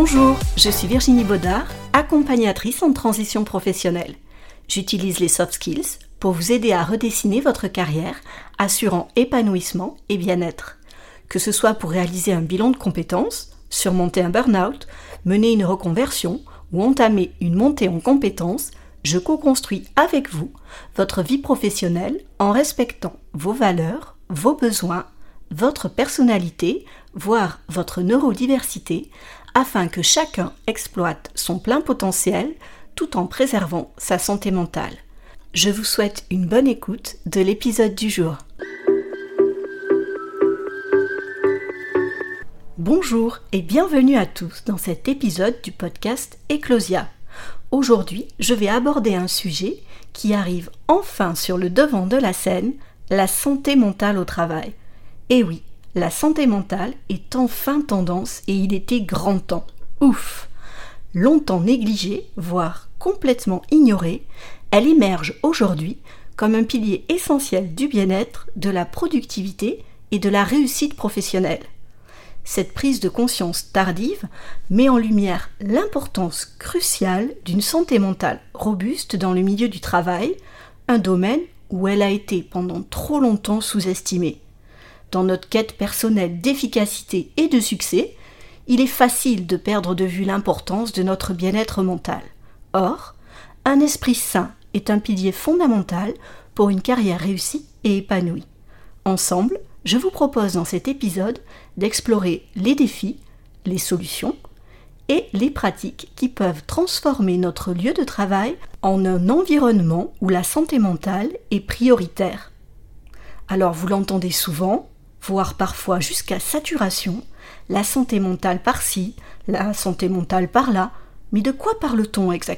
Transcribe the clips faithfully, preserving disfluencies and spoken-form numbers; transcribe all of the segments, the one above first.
Bonjour, je suis Virginie Baudard, accompagnatrice en transition professionnelle. J'utilise les soft skills pour vous aider à redessiner votre carrière, assurant épanouissement et bien-être. Que ce soit pour réaliser un bilan de compétences, surmonter un burn-out, mener une reconversion ou entamer une montée en compétences, je co-construis avec vous votre vie professionnelle en respectant vos valeurs, vos besoins, votre personnalité, voire votre neurodiversité, afin que chacun exploite son plein potentiel tout en préservant sa santé mentale. Je vous souhaite une bonne écoute de l'épisode du jour. Bonjour et bienvenue à tous dans cet épisode du podcast Eclosia. Aujourd'hui, je vais aborder un sujet qui arrive enfin sur le devant de la scène, la santé mentale au travail. Et oui, la santé mentale est enfin tendance et il était grand temps. Ouf! Longtemps négligée, voire complètement ignorée, elle émerge aujourd'hui comme un pilier essentiel du bien-être, de la productivité et de la réussite professionnelle. Cette prise de conscience tardive met en lumière l'importance cruciale d'une santé mentale robuste dans le milieu du travail, un domaine où elle a été pendant trop longtemps sous-estimée. Dans notre quête personnelle d'efficacité et de succès, il est facile de perdre de vue l'importance de notre bien-être mental. Or, un esprit sain est un pilier fondamental pour une carrière réussie et épanouie. Ensemble, je vous propose dans cet épisode d'explorer les défis, les solutions et les pratiques qui peuvent transformer notre lieu de travail en un environnement où la santé mentale est prioritaire. Alors vous l'entendez souvent, voire parfois jusqu'à saturation, la santé mentale par-ci, la santé mentale par-là, mais de quoi parle-t-on exactement ?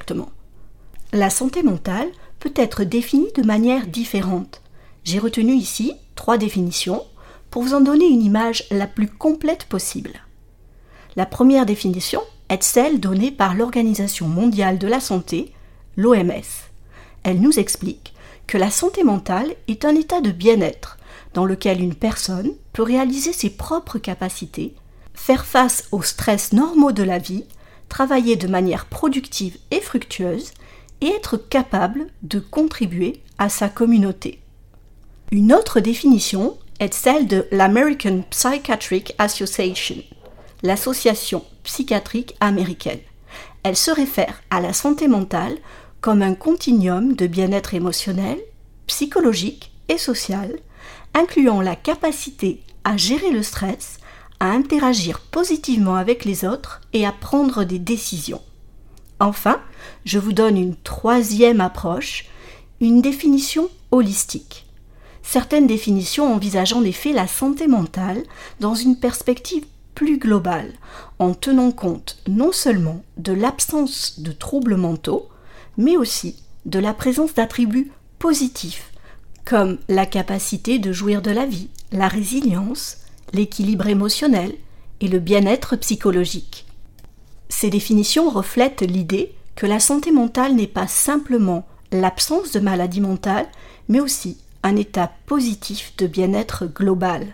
La santé mentale peut être définie de manière différente. J'ai retenu ici trois définitions pour vous en donner une image la plus complète possible. La première définition est celle donnée par l'Organisation mondiale de la santé, l'O M S. Elle nous explique que la santé mentale est un état de bien-être dans lequel une personne peut réaliser ses propres capacités, faire face aux stress normaux de la vie, travailler de manière productive et fructueuse et être capable de contribuer à sa communauté. Une autre définition est celle de l'American Psychiatric Association, l'association psychiatrique américaine. Elle se réfère à la santé mentale comme un continuum de bien-être émotionnel, psychologique et social, incluant la capacité à gérer le stress, à interagir positivement avec les autres et à prendre des décisions. Enfin, je vous donne une troisième approche, une définition holistique. Certaines définitions envisagent en effet la santé mentale dans une perspective plus globale, en tenant compte non seulement de l'absence de troubles mentaux, mais aussi de la présence d'attributs positifs, comme la capacité de jouir de la vie, la résilience, l'équilibre émotionnel et le bien-être psychologique. Ces définitions reflètent l'idée que la santé mentale n'est pas simplement l'absence de maladie mentale, mais aussi un état positif de bien-être global.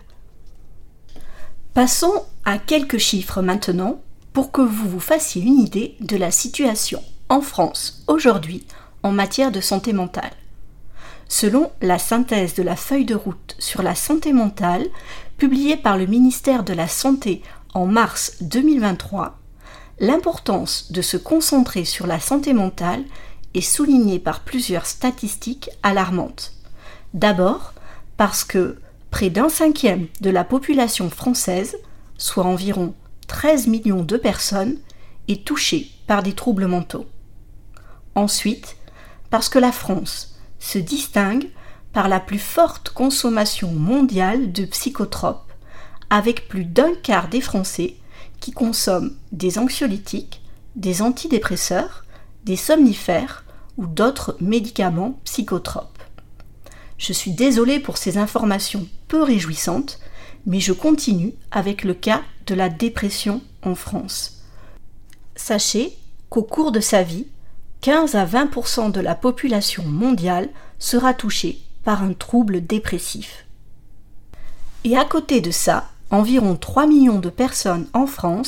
Passons à quelques chiffres maintenant pour que vous vous fassiez une idée de la situation en France aujourd'hui en matière de santé mentale. Selon la synthèse de la feuille de route sur la santé mentale publiée par le ministère de la Santé en mars deux mille vingt-trois, l'importance de se concentrer sur la santé mentale est soulignée par plusieurs statistiques alarmantes. D'abord, parce que près d'un cinquième de la population française, soit environ treize millions de personnes, est touchée par des troubles mentaux. Ensuite, parce que la France se distingue par la plus forte consommation mondiale de psychotropes, avec plus d'un quart des Français qui consomment des anxiolytiques, des antidépresseurs, des somnifères ou d'autres médicaments psychotropes. Je suis désolée pour ces informations peu réjouissantes, mais je continue avec le cas de la dépression en France. Sachez qu'au cours de sa vie, quinze à vingt pour cent de la population mondiale sera touchée par un trouble dépressif. Et à côté de ça, environ trois millions de personnes en France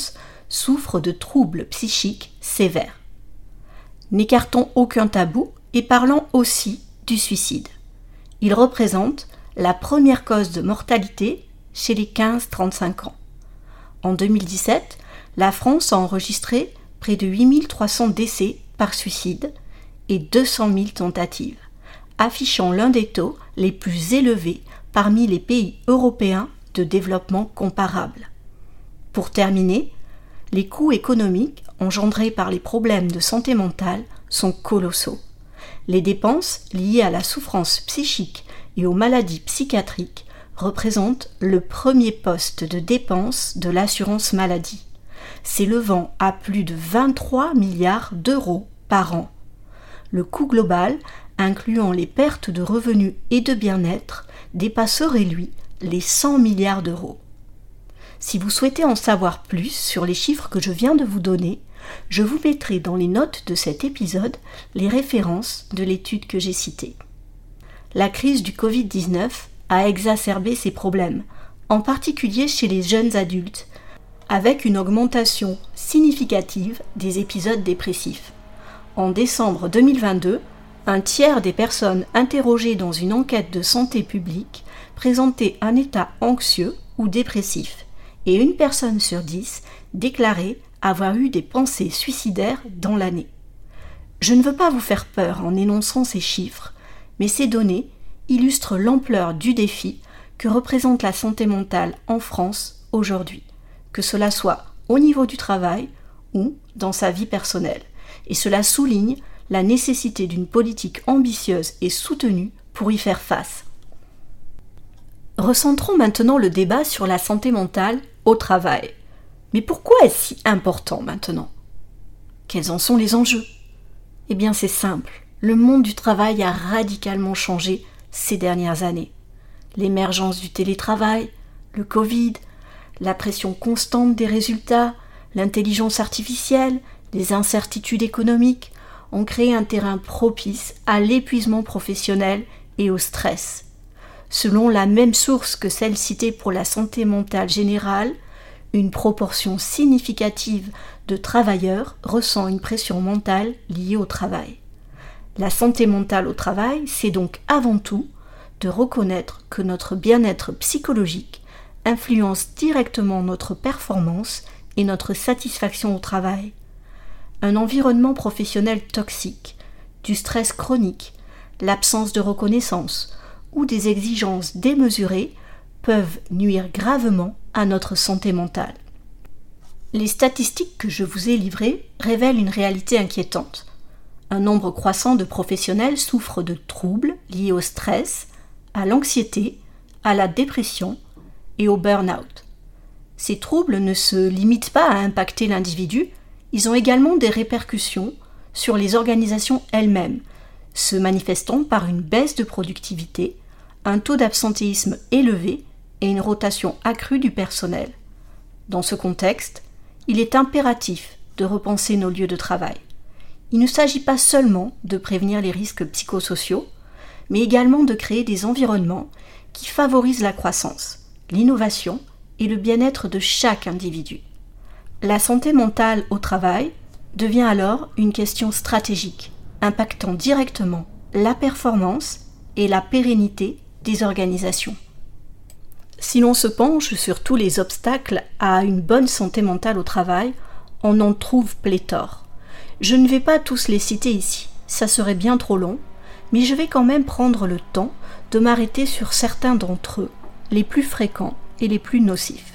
souffrent de troubles psychiques sévères. N'écartons aucun tabou et parlons aussi du suicide. Il représente la première cause de mortalité chez les quinze à trente-cinq ans. En deux mille dix-sept, la France a enregistré près de huit mille trois cents décès par suicide et deux cent mille tentatives, affichant l'un des taux les plus élevés parmi les pays européens de développement comparables. Pour terminer, les coûts économiques engendrés par les problèmes de santé mentale sont colossaux. Les dépenses liées à la souffrance psychique et aux maladies psychiatriques représentent le premier poste de dépenses de l'assurance maladie, s'élevant à plus de vingt-trois milliards d'euros par an. Le coût global, incluant les pertes de revenus et de bien-être, dépasserait lui les cent milliards d'euros. Si vous souhaitez en savoir plus sur les chiffres que je viens de vous donner, je vous mettrai dans les notes de cet épisode les références de l'étude que j'ai citée. La crise du covid dix-neuf a exacerbé ces problèmes, en particulier chez les jeunes adultes, avec une augmentation significative des épisodes dépressifs. En décembre deux mille vingt-deux, un tiers des personnes interrogées dans une enquête de santé publique présentaient un état anxieux ou dépressif, et une personne sur dix déclarait avoir eu des pensées suicidaires dans l'année. Je ne veux pas vous faire peur en énonçant ces chiffres, mais ces données illustrent l'ampleur du défi que représente la santé mentale en France aujourd'hui, que cela soit au niveau du travail ou dans sa vie personnelle. Et cela souligne la nécessité d'une politique ambitieuse et soutenue pour y faire face. Recentrons maintenant le débat sur la santé mentale au travail. Mais pourquoi est-ce si important maintenant ? Quels en sont les enjeux ? Eh bien c'est simple, le monde du travail a radicalement changé ces dernières années. L'émergence du télétravail, le Covid, la pression constante des résultats, l'intelligence artificielle, les incertitudes économiques ont créé un terrain propice à l'épuisement professionnel et au stress. Selon la même source que celle citée pour la santé mentale générale, une proportion significative de travailleurs ressent une pression mentale liée au travail. La santé mentale au travail, c'est donc avant tout de reconnaître que notre bien-être psychologique influence directement notre performance et notre satisfaction au travail. Un environnement professionnel toxique, du stress chronique, l'absence de reconnaissance ou des exigences démesurées peuvent nuire gravement à notre santé mentale. Les statistiques que je vous ai livrées révèlent une réalité inquiétante. Un nombre croissant de professionnels souffrent de troubles liés au stress, à l'anxiété, à la dépression et au burn-out. Ces troubles ne se limitent pas à impacter l'individu, ils ont également des répercussions sur les organisations elles-mêmes, se manifestant par une baisse de productivité, un taux d'absentéisme élevé et une rotation accrue du personnel. Dans ce contexte, il est impératif de repenser nos lieux de travail. Il ne s'agit pas seulement de prévenir les risques psychosociaux, mais également de créer des environnements qui favorisent la croissance, l'innovation et le bien-être de chaque individu. La santé mentale au travail devient alors une question stratégique, impactant directement la performance et la pérennité des organisations. Si l'on se penche sur tous les obstacles à une bonne santé mentale au travail, on en trouve pléthore. Je ne vais pas tous les citer ici, ça serait bien trop long, mais je vais quand même prendre le temps de m'arrêter sur certains d'entre eux, les plus fréquents et les plus nocifs.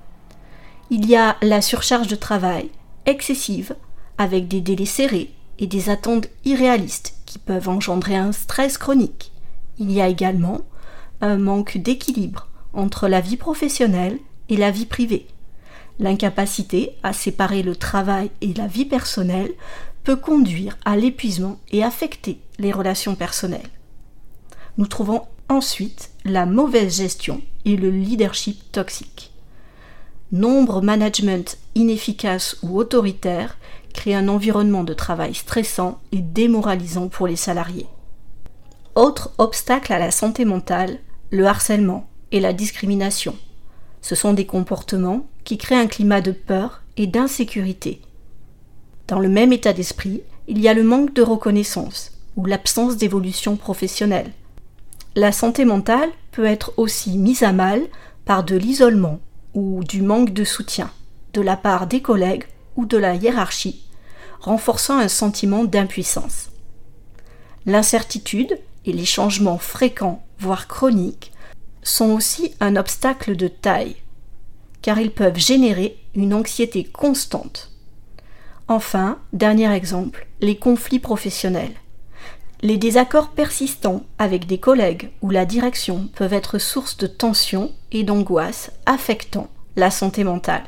Il y a la surcharge de travail, excessive, avec des délais serrés et des attentes irréalistes qui peuvent engendrer un stress chronique. Il y a également un manque d'équilibre entre la vie professionnelle et la vie privée. L'incapacité à séparer le travail et la vie personnelle peut conduire à l'épuisement et affecter les relations personnelles. Nous trouvons ensuite la mauvaise gestion et le leadership toxique. Nombre management inefficace ou autoritaire crée un environnement de travail stressant et démoralisant pour les salariés. Autre obstacle à la santé mentale, le harcèlement et la discrimination. Ce sont des comportements qui créent un climat de peur et d'insécurité. Dans le même état d'esprit, il y a le manque de reconnaissance ou l'absence d'évolution professionnelle. La santé mentale peut être aussi mise à mal par de l'isolement ou du manque de soutien de la part des collègues ou de la hiérarchie, renforçant un sentiment d'impuissance. L'incertitude et les changements fréquents, voire chroniques, sont aussi un obstacle de taille, car ils peuvent générer une anxiété constante. Enfin, dernier exemple, les conflits professionnels. Les désaccords persistants avec des collègues ou la direction peuvent être source de tensions et d'angoisse affectant la santé mentale.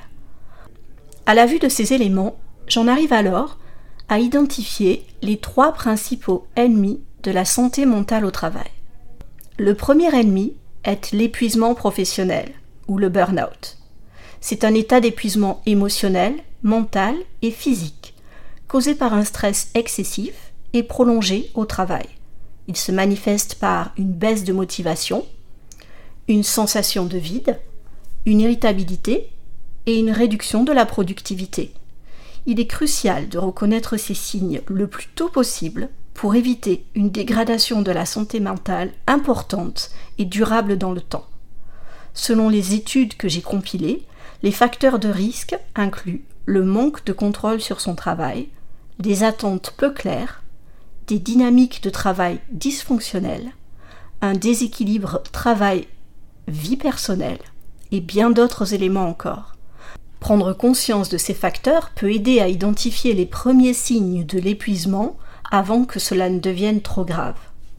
À la vue de ces éléments, j'en arrive alors à identifier les trois principaux ennemis de la santé mentale au travail. Le premier ennemi est l'épuisement professionnel ou le burn-out. C'est un état d'épuisement émotionnel, mental et physique, causé par un stress excessif et prolongé au travail. Il se manifeste par une baisse de motivation, une sensation de vide, une irritabilité et une réduction de la productivité. Il est crucial de reconnaître ces signes le plus tôt possible pour éviter une dégradation de la santé mentale importante et durable dans le temps. Selon les études que j'ai compilées, les facteurs de risque incluent le manque de contrôle sur son travail, des attentes peu claires, des dynamiques de travail dysfonctionnelles, un déséquilibre travail-vie personnelle et bien d'autres éléments encore. Prendre conscience de ces facteurs peut aider à identifier les premiers signes de l'épuisement avant que cela ne devienne trop grave.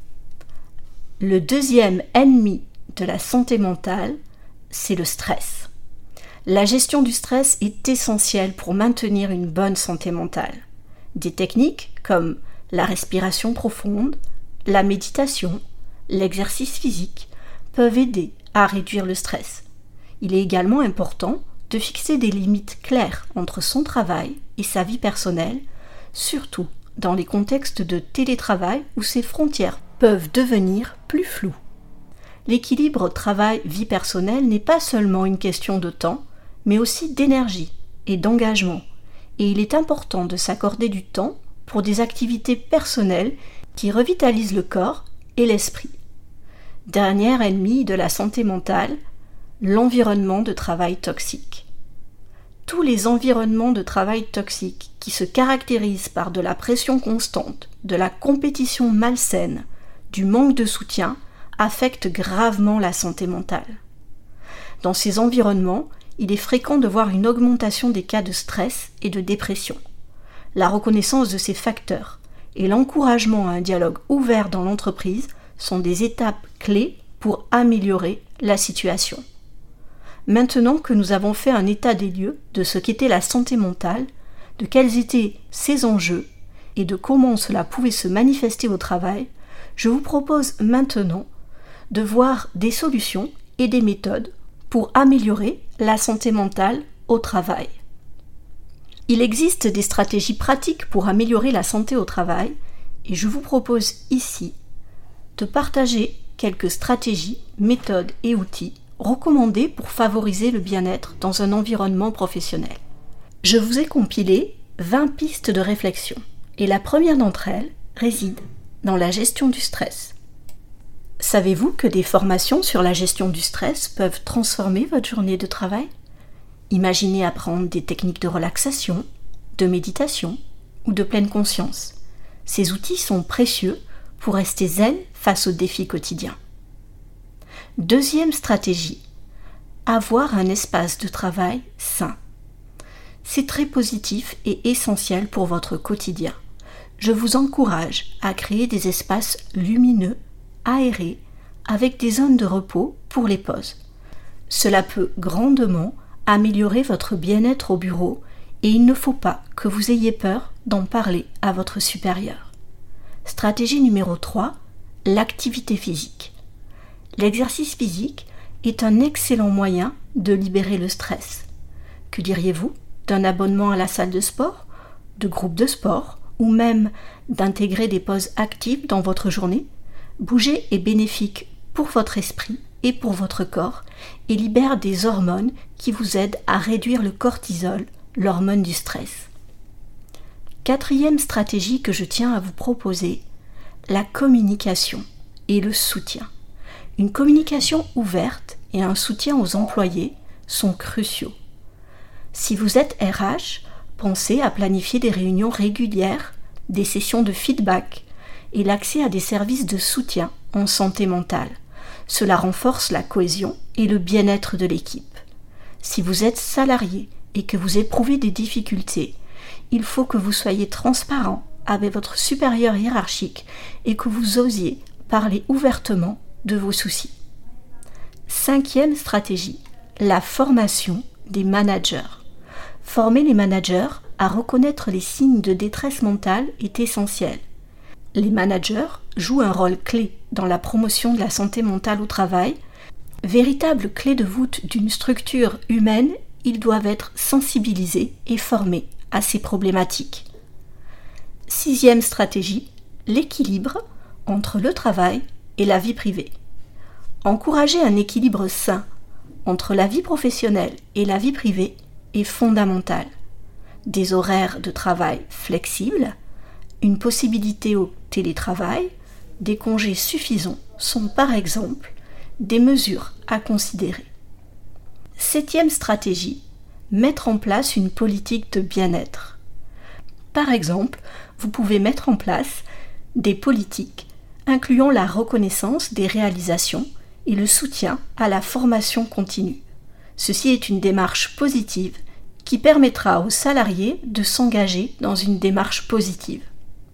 Le deuxième ennemi de la santé mentale, c'est le stress. La gestion du stress est essentielle pour maintenir une bonne santé mentale. Des techniques comme la respiration profonde, la méditation, l'exercice physique peuvent aider à réduire le stress. Il est également important de fixer des limites claires entre son travail et sa vie personnelle, surtout dans les contextes de télétravail où ces frontières peuvent devenir plus floues. L'équilibre travail-vie personnelle n'est pas seulement une question de temps, mais aussi d'énergie et d'engagement, et il est important de s'accorder du temps pour des activités personnelles qui revitalisent le corps et l'esprit. Dernier ennemi de la santé mentale, l'environnement de travail toxique. Tous les environnements de travail toxiques qui se caractérisent par de la pression constante, de la compétition malsaine, du manque de soutien, affectent gravement la santé mentale. Dans ces environnements, il est fréquent de voir une augmentation des cas de stress et de dépression. La reconnaissance de ces facteurs et l'encouragement à un dialogue ouvert dans l'entreprise sont des étapes clés pour améliorer la situation. Maintenant que nous avons fait un état des lieux de ce qu'était la santé mentale, de quels étaient ses enjeux et de comment cela pouvait se manifester au travail, je vous propose maintenant de voir des solutions et des méthodes pour améliorer la santé mentale au travail. Il existe des stratégies pratiques pour améliorer la santé au travail et je vous propose ici de partager quelques stratégies, méthodes et outils recommandés pour favoriser le bien-être dans un environnement professionnel. Je vous ai compilé vingt pistes de réflexion et la première d'entre elles réside dans la gestion du stress. Savez-vous que des formations sur la gestion du stress peuvent transformer votre journée de travail ? Imaginez apprendre des techniques de relaxation, de méditation ou de pleine conscience. Ces outils sont précieux pour rester zen face aux défis quotidiens. Deuxième stratégie, avoir un espace de travail sain. C'est très positif et essentiel pour votre quotidien. Je vous encourage à créer des espaces lumineux, aérés, avec des zones de repos pour les pauses. Cela peut grandement améliorer votre bien-être au bureau et il ne faut pas que vous ayez peur d'en parler à votre supérieur. Stratégie numéro trois, l'activité physique. L'exercice physique est un excellent moyen de libérer le stress. Que diriez-vous d'un abonnement à la salle de sport, de groupe de sport ou même d'intégrer des pauses actives dans votre journée? Bouger est bénéfique pour votre esprit et pour votre corps et libère des hormones qui vous aident à réduire le cortisol l'hormone du stress. Quatrième stratégie que je tiens à vous proposer, la communication et le soutien. Une communication ouverte et un soutien aux employés sont cruciaux. Si vous êtes R H, pensez à planifier des réunions régulières, des sessions de feedback et l'accès à des services de soutien en santé mentale. Cela renforce la cohésion et le bien-être de l'équipe. Si vous êtes salarié et que vous éprouvez des difficultés, il faut que vous soyez transparent avec votre supérieur hiérarchique et que vous osiez parler ouvertement de vos soucis. Cinquième stratégie, la formation des managers. Former les managers à reconnaître les signes de détresse mentale est essentiel. Les managers jouent un rôle clé dans la promotion de la santé mentale au travail. Véritable clé de voûte d'une structure humaine, ils doivent être sensibilisés et formés à ces problématiques. Sixième stratégie, l'équilibre entre le travail et la vie privée. Encourager un équilibre sain entre la vie professionnelle et la vie privée est fondamental. Des horaires de travail flexibles, une possibilité au télétravail, des congés suffisants sont par exemple des mesures à considérer. Septième stratégie, mettre en place une politique de bien-être. Par exemple, vous pouvez mettre en place des politiques incluant la reconnaissance des réalisations et le soutien à la formation continue. Ceci est une démarche positive qui permettra aux salariés de s'engager dans une démarche positive.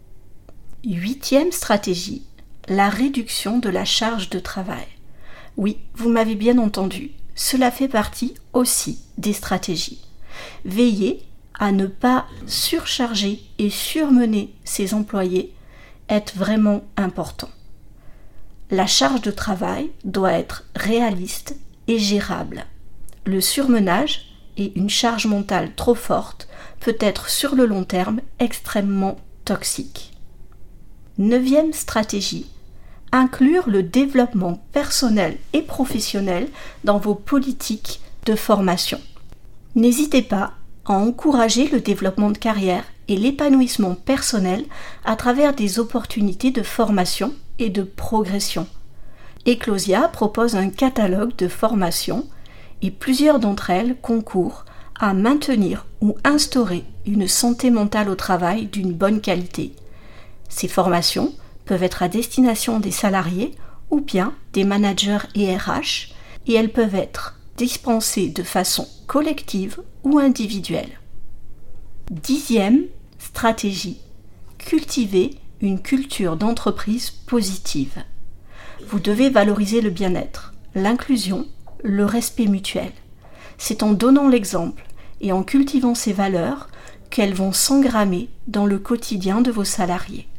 Huitième stratégie, la réduction de la charge de travail. Oui, vous m'avez bien entendu, cela fait partie aussi des stratégies. Veillez à ne pas surcharger et surmener ses employés est vraiment important. La charge de travail doit être réaliste et gérable. Le surmenage et une charge mentale trop forte peut être sur le long terme extrêmement toxique. Neuvième stratégie, inclure le développement personnel et professionnel dans vos politiques de formation. N'hésitez pas à encourager le développement de carrière et l'épanouissement personnel à travers des opportunités de formation et de progression. Eclosia propose un catalogue de formations et plusieurs d'entre elles concourent à maintenir ou instaurer une santé mentale au travail d'une bonne qualité. Ces formations peuvent être à destination des salariés ou bien des managers et R H et elles peuvent être dispensées de façon collective ou individuelle. Dixième stratégie, cultiver une culture d'entreprise positive. Vous devez valoriser le bien-être, l'inclusion, le respect mutuel. C'est en donnant l'exemple et en cultivant ces valeurs qu'elles vont s'engrammer dans le quotidien de vos salariés.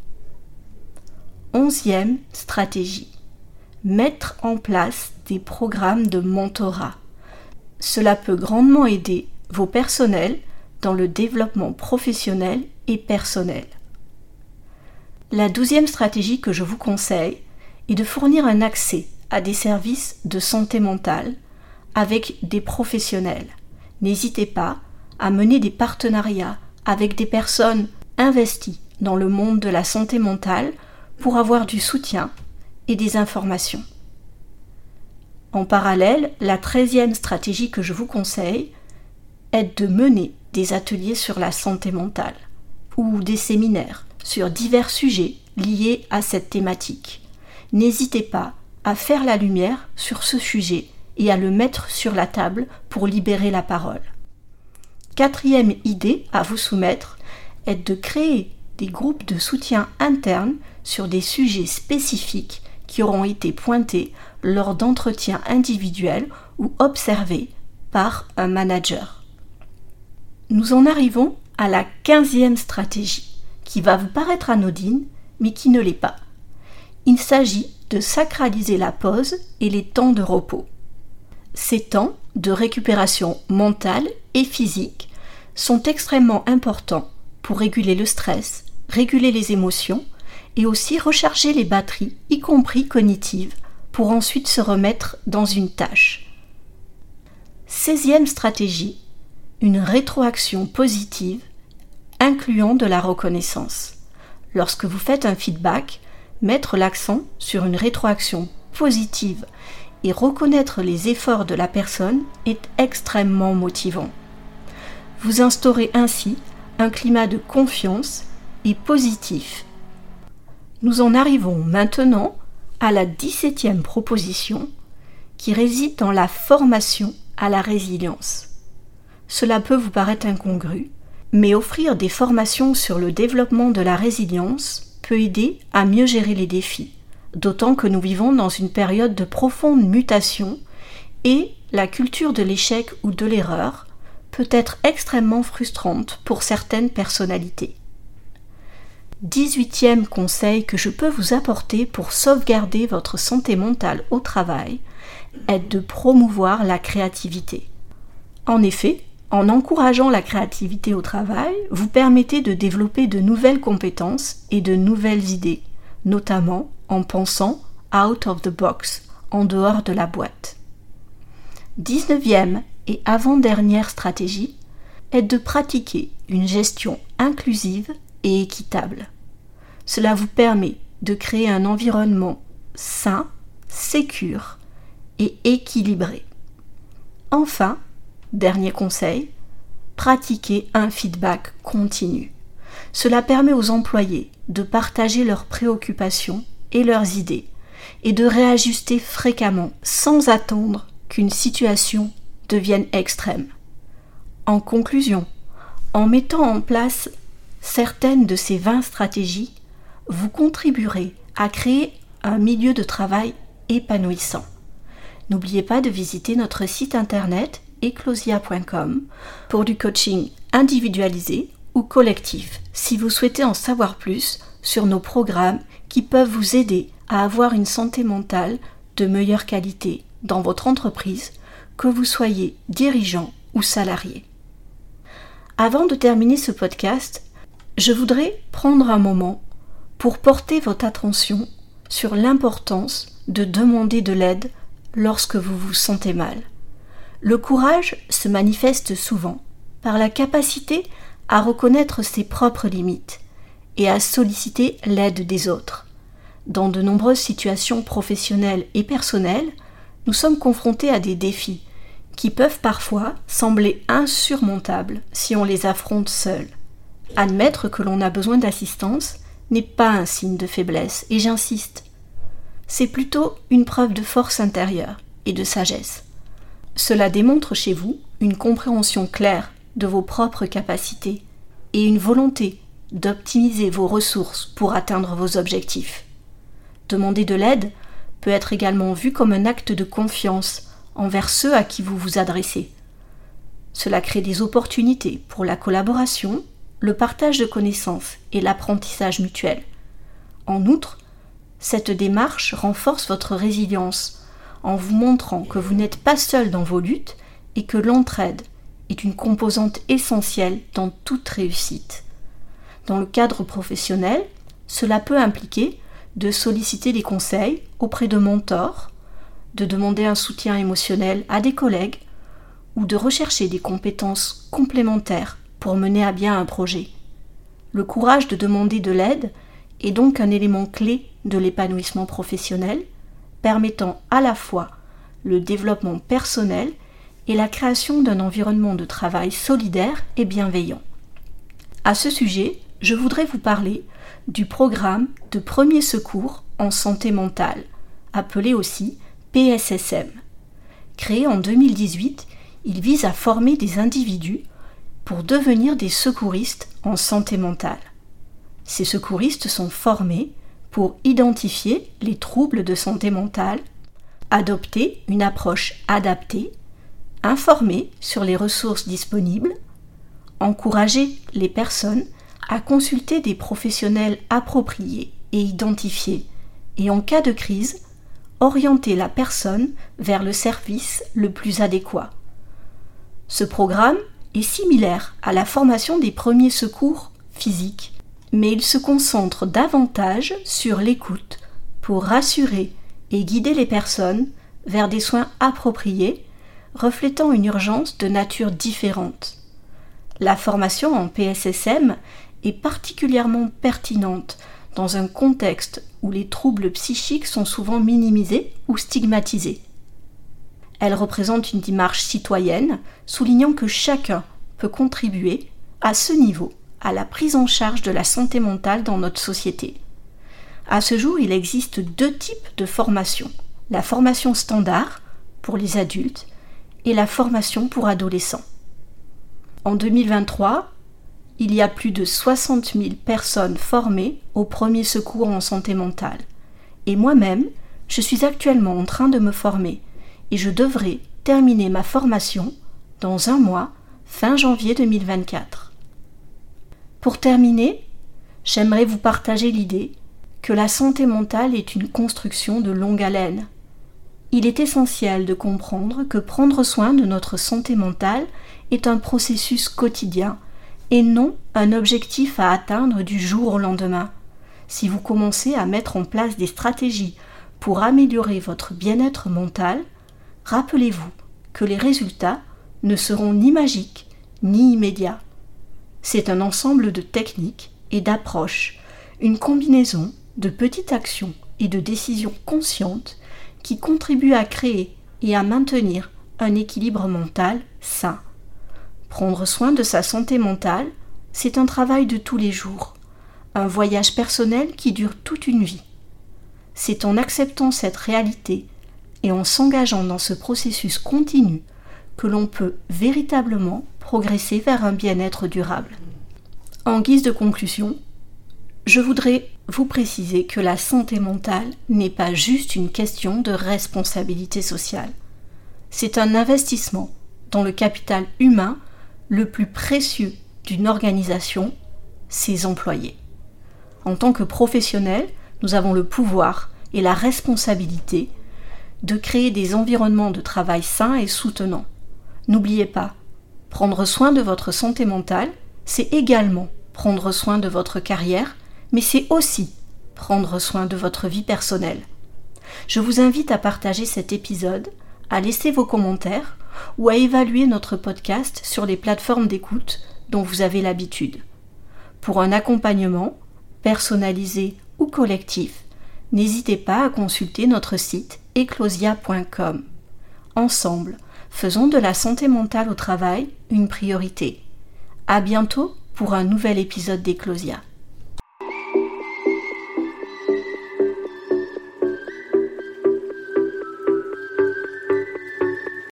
Onzième stratégie, mettre en place des programmes de mentorat. Cela peut grandement aider vos personnels dans le développement professionnel et personnel. La douzième stratégie que je vous conseille est de fournir un accès à des services de santé mentale avec des professionnels. N'hésitez pas à mener des partenariats avec des personnes investies dans le monde de la santé mentale pour avoir du soutien et des informations. En parallèle, la treizième stratégie que je vous conseille est de mener des ateliers sur la santé mentale ou des séminaires sur divers sujets liés à cette thématique. N'hésitez pas à faire la lumière sur ce sujet et à le mettre sur la table pour libérer la parole. Quatrième idée à vous soumettre est de créer des groupes de soutien internes sur des sujets spécifiques qui auront été pointés lors d'entretiens individuels ou observés par un manager. Nous en arrivons à la quinzième stratégie, qui va vous paraître anodine, mais qui ne l'est pas. Il s'agit de sacraliser la pause et les temps de repos. Ces temps de récupération mentale et physique sont extrêmement importants pour réguler le stress, réguler les émotions et aussi recharger les batteries, y compris cognitives, pour ensuite se remettre dans une tâche. Seizième stratégie, une rétroaction positive incluant de la reconnaissance. Lorsque vous faites un feedback, mettre l'accent sur une rétroaction positive et reconnaître les efforts de la personne est extrêmement motivant. Vous instaurez ainsi un climat de confiance et positif. Nous en arrivons maintenant à la dix-septième proposition qui réside dans la formation à la résilience. Cela peut vous paraître incongru, mais offrir des formations sur le développement de la résilience peut aider à mieux gérer les défis, d'autant que nous vivons dans une période de profonde mutation et la culture de l'échec ou de l'erreur peut être extrêmement frustrante pour certaines personnalités. dix-huitième conseil que je peux vous apporter pour sauvegarder votre santé mentale au travail est de promouvoir la créativité. En effet, en encourageant la créativité au travail, vous permettez de développer de nouvelles compétences et de nouvelles idées, notamment en pensant out of the box, en dehors de la boîte. dix-neuvième et avant-dernière stratégie est de pratiquer une gestion inclusive et équitable. Cela vous permet de créer un environnement sain, sécure et équilibré. Enfin, dernier conseil, pratiquer un feedback continu. Cela permet aux employés de partager leurs préoccupations et leurs idées et de réajuster fréquemment sans attendre qu'une situation devienne extrême. En conclusion, en mettant en place certaines de ces vingt stratégies, vous contribuerez à créer un milieu de travail épanouissant. N'oubliez pas de visiter notre site internet eclosia point com pour du coaching individualisé ou collectif si vous souhaitez en savoir plus sur nos programmes qui peuvent vous aider à avoir une santé mentale de meilleure qualité dans votre entreprise, que vous soyez dirigeant ou salarié. Avant de terminer ce podcast, je voudrais prendre un moment pour porter votre attention sur l'importance de demander de l'aide lorsque vous vous sentez mal. Le courage se manifeste souvent par la capacité à reconnaître ses propres limites et à solliciter l'aide des autres. Dans de nombreuses situations professionnelles et personnelles, nous sommes confrontés à des défis qui peuvent parfois sembler insurmontables si on les affronte seuls. Admettre que l'on a besoin d'assistance n'est pas un signe de faiblesse, et j'insiste. C'est plutôt une preuve de force intérieure et de sagesse. Cela démontre chez vous une compréhension claire de vos propres capacités et une volonté d'optimiser vos ressources pour atteindre vos objectifs. Demander de l'aide peut être également vu comme un acte de confiance envers ceux à qui vous vous adressez. Cela crée des opportunités pour la collaboration, le partage de connaissances et l'apprentissage mutuel. En outre, cette démarche renforce votre résilience en vous montrant que vous n'êtes pas seul dans vos luttes et que l'entraide est une composante essentielle dans toute réussite. Dans le cadre professionnel, cela peut impliquer de solliciter des conseils auprès de mentors, de demander un soutien émotionnel à des collègues ou de rechercher des compétences complémentaires pour mener à bien un projet. Le courage de demander de l'aide est donc un élément clé de l'épanouissement professionnel, permettant à la fois le développement personnel et la création d'un environnement de travail solidaire et bienveillant. À ce sujet, je voudrais vous parler du programme de premier secours en santé mentale, appelé aussi P S S M. Créé en deux mille dix-huit, il vise à former des individus pour devenir des secouristes en santé mentale. Ces secouristes sont formés pour identifier les troubles de santé mentale, adopter une approche adaptée, informer sur les ressources disponibles, encourager les personnes à consulter des professionnels appropriés et identifiés et en cas de crise, orienter la personne vers le service le plus adéquat. Ce programme est similaire à la formation des premiers secours physiques, mais il se concentre davantage sur l'écoute pour rassurer et guider les personnes vers des soins appropriés, reflétant une urgence de nature différente. La formation en P S S M est particulièrement pertinente dans un contexte où les troubles psychiques sont souvent minimisés ou stigmatisés. Elle représente une démarche citoyenne, soulignant que chacun peut contribuer, à ce niveau, à la prise en charge de la santé mentale dans notre société. À ce jour, il existe deux types de formation. La formation standard, pour les adultes, et la formation pour adolescents. En deux mille vingt-trois, il y a plus de soixante mille personnes formées aux premiers secours en santé mentale. Et moi-même, je suis actuellement en train de me former et je devrais terminer ma formation dans un mois, fin janvier deux mille vingt-quatre. Pour terminer, j'aimerais vous partager l'idée que la santé mentale est une construction de longue haleine. Il est essentiel de comprendre que prendre soin de notre santé mentale est un processus quotidien et non un objectif à atteindre du jour au lendemain. Si vous commencez à mettre en place des stratégies pour améliorer votre bien-être mental, rappelez-vous que les résultats ne seront ni magiques ni immédiats. C'est un ensemble de techniques et d'approches, une combinaison de petites actions et de décisions conscientes qui contribuent à créer et à maintenir un équilibre mental sain. Prendre soin de sa santé mentale, c'est un travail de tous les jours, un voyage personnel qui dure toute une vie. C'est en acceptant cette réalité et en s'engageant dans ce processus continu que l'on peut véritablement progresser vers un bien-être durable. En guise de conclusion, je voudrais vous préciser que la santé mentale n'est pas juste une question de responsabilité sociale. C'est un investissement dans le capital humain le plus précieux d'une organisation, ses employés. En tant que professionnels, nous avons le pouvoir et la responsabilité de créer des environnements de travail sains et soutenants. N'oubliez pas, prendre soin de votre santé mentale, c'est également prendre soin de votre carrière, mais c'est aussi prendre soin de votre vie personnelle. Je vous invite à partager cet épisode, à laisser vos commentaires ou à évaluer notre podcast sur les plateformes d'écoute dont vous avez l'habitude. Pour un accompagnement, personnalisé ou collectif, n'hésitez pas à consulter notre site eclosia point com. Ensemble, faisons de la santé mentale au travail une priorité. À bientôt pour un nouvel épisode d'Eclosia.